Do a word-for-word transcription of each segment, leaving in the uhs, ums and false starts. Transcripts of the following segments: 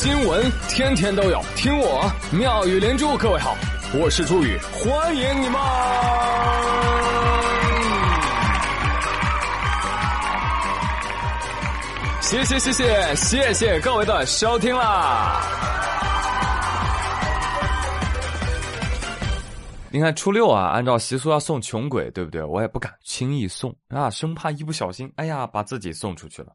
新闻天天都有，听我妙语连珠。各位好，我是朱宇，欢迎你们。谢谢谢谢谢谢各位的收听啦！你看初六啊，按照习俗要送穷鬼，对不对？我也不敢轻易送啊，生怕一不小心，哎呀，把自己送出去了。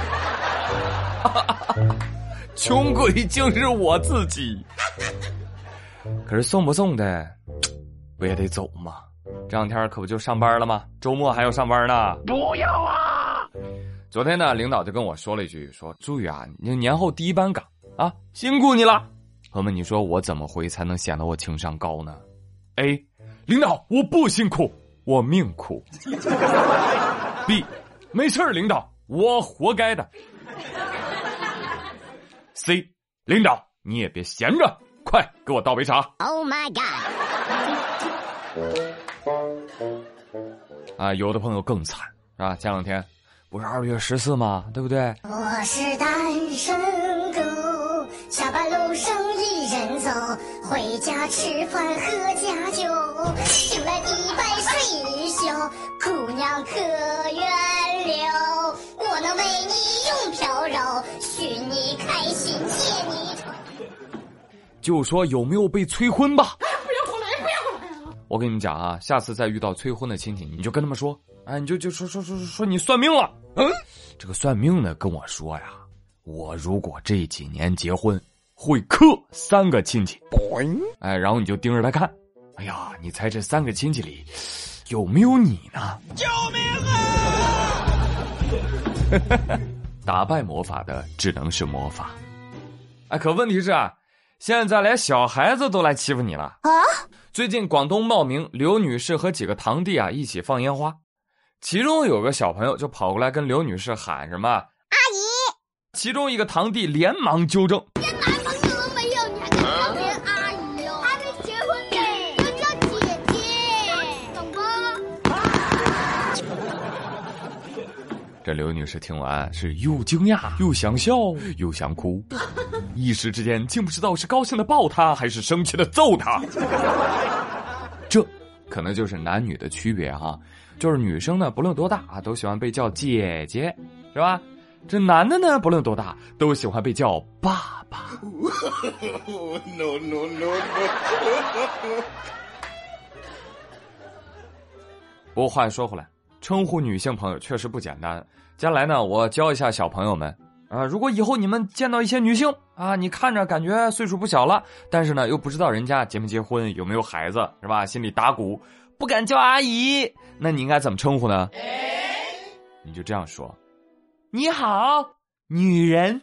穷鬼竟是我自己。可是送不送的，我也得走嘛。这两天可不就上班了吗？周末还要上班呢。不要啊！昨天呢，领导就跟我说了一句，说朱宇啊，你年后第一班岗啊，辛苦你了。朋友们，你说我怎么回才能显得我情商高呢？ A， 领导我不辛苦，我命苦。B， 没事领导，我活该的。C， 领导你也别闲着，快给我倒杯茶。Oh my god！ 啊，有的朋友更惨啊，前两天不是二月十四吗？对不对？ 我是单身狗，下班路上一人走，回家吃饭喝家酒，醒来一拜睡一宿，姑娘可愿留？我能为你用飘柔，许你开心借你愁。 就说有没有被催婚吧？ 哎，不要过来，不要过来啊！ 我跟你们讲啊，下次再遇到催婚的亲戚，你就跟他们说，哎，你就就说说说说说你算命了。嗯，这个算命的跟我说呀，我如果这几年结婚，会克三个亲戚。哎，然后你就盯着他看，哎呀，你猜这三个亲戚里有没有你呢？救命啊！打败魔法的只能是魔法。哎，可问题是啊，现在连小孩子都来欺负你了啊！最近广东茂名，刘女士和几个堂弟啊一起放烟花，其中有个小朋友就跑过来跟刘女士喊什么阿姨，其中一个堂弟连忙纠正，连男朋友都没有，你还跟人别人阿姨哦，还没结婚呢，要叫姐姐，懂不？这刘女士听完是又惊讶又想笑又想哭，一时之间竟不知道是高兴的抱她还是生气的揍她。这可能就是男女的区别哈、啊，就是女生呢不论多大啊都喜欢被叫姐姐，是吧？这男的呢不论多大都喜欢被叫爸爸。no, no, no, no. 不过话又说回来，称呼女性朋友确实不简单。接下来呢，我教一下小朋友们啊，如果以后你们见到一些女性啊，你看着感觉岁数不小了，但是呢又不知道人家结没结婚，有没有孩子，是吧？心里打鼓，不敢叫阿姨，那你应该怎么称呼呢？你就这样说：你好，女人。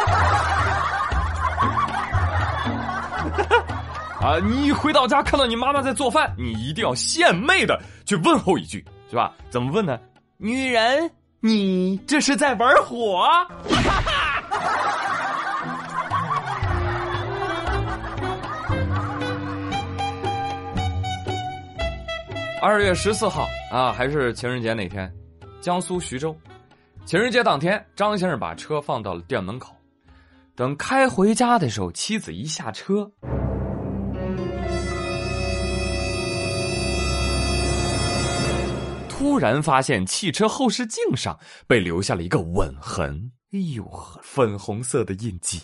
啊，你回到家看到你妈妈在做饭，你一定要献媚的去问候一句，是吧？怎么问呢？女人，你这是在玩火？二月十四号啊，还是情人节那天，江苏徐州，情人节当天，张先生把车放到了店门口，等开回家的时候，妻子一下车，突然发现汽车后视镜上被留下了一个吻痕，哎呦，粉红色的印记。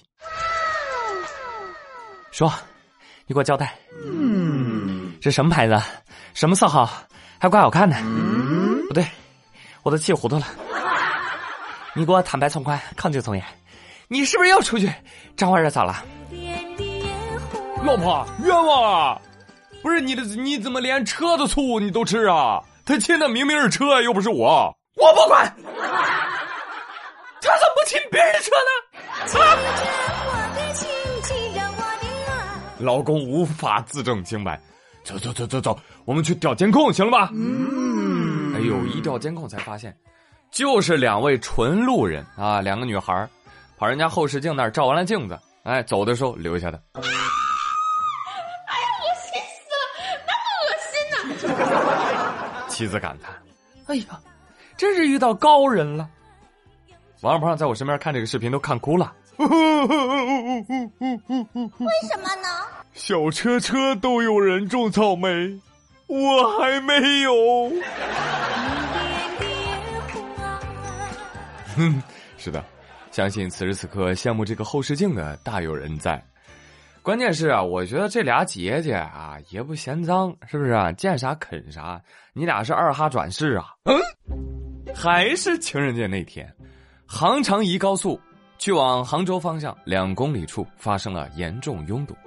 说，你给我交代，嗯，这什么牌子？什么色号？还怪好看呢？嗯，不对，我都气糊涂了。你给我坦白从宽，抗拒从严。你是不是又出去沾花惹草了？老婆，冤枉啊！不是你的，你怎么连车的醋你都吃啊？他亲的明明是车，又不是我，我不管。他怎么不亲别人的车呢？啊！老公无法自证清白，走走走走走，我们去调监控，行了吧？嗯。哎呦，一调监控才发现，就是两位纯路人啊，两个女孩跑人家后视镜那儿照完了镜子，哎，走的时候留下的。哎呀，恶心死了，那么恶心呢、啊？ 妻子感叹：“哎呀，真是遇到高人了。”王二胖在我身边看这个视频都看哭了。 为什么呢？ 小车车都有人种草莓，我还没有。哼，是的，相信此时此刻羡慕这个后视镜的大有人在。关键是啊，我觉得这俩姐姐啊也不嫌脏，是不是啊？见啥啃啥，你俩是二哈转世啊？嗯，还是情人节那天，杭长宜高速去往杭州方向两公里处发生了严重拥堵。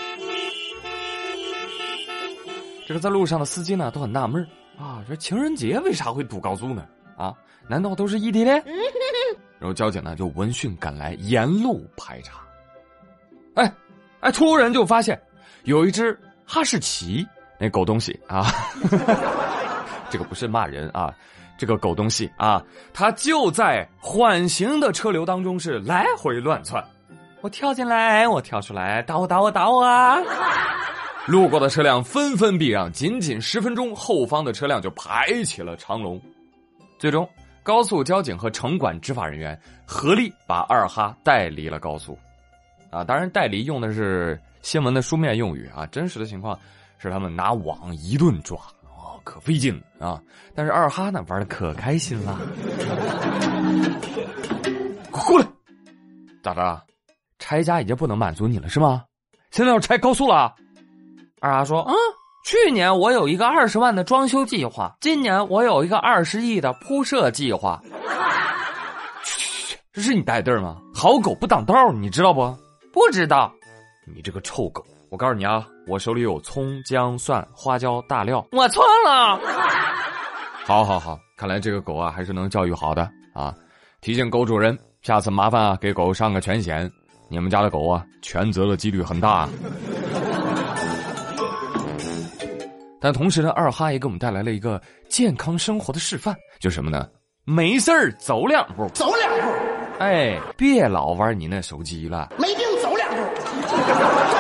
这个在路上的司机呢都很纳闷啊，这情人节为啥会堵高速呢？啊，难道都是异地恋？然后交警呢就闻讯赶来，沿路排查。哎哎，突然就发现有一只哈士奇，那狗东西啊，这个不是骂人啊，这个狗东西啊，它就在缓行的车流当中是来回乱窜，我跳进来，我跳出来，打我打我打我啊！路过的车辆纷纷避让，仅仅十分钟，后方的车辆就排起了长龙。最终，高速交警和城管执法人员合力把二哈带离了高速。啊，当然带离用的是新闻的书面用语啊，真实的情况是他们拿网一顿抓，哦，可费劲啊。但是二哈呢玩的可开心了。过来，咋着？拆家已经不能满足你了是吗？现在要拆高速了？二哈说，嗯，去年我有一个二十万的装修计划，今年我有一个二十亿的铺设计划。去去去，这是你带队吗？好狗不挡道，你知道不？不知道。你这个臭狗，我告诉你啊，我手里有葱姜蒜花椒大料。我错了。好好好，看来这个狗啊还是能教育好的啊。提醒狗主人，下次麻烦啊给狗上个全险，你们家的狗啊全责的几率很大。但同时呢，二哈也给我们带来了一个健康生活的示范，就是什么呢？没事儿走两步， 走两步， 哎，别老玩你那手机了， 没病走两步。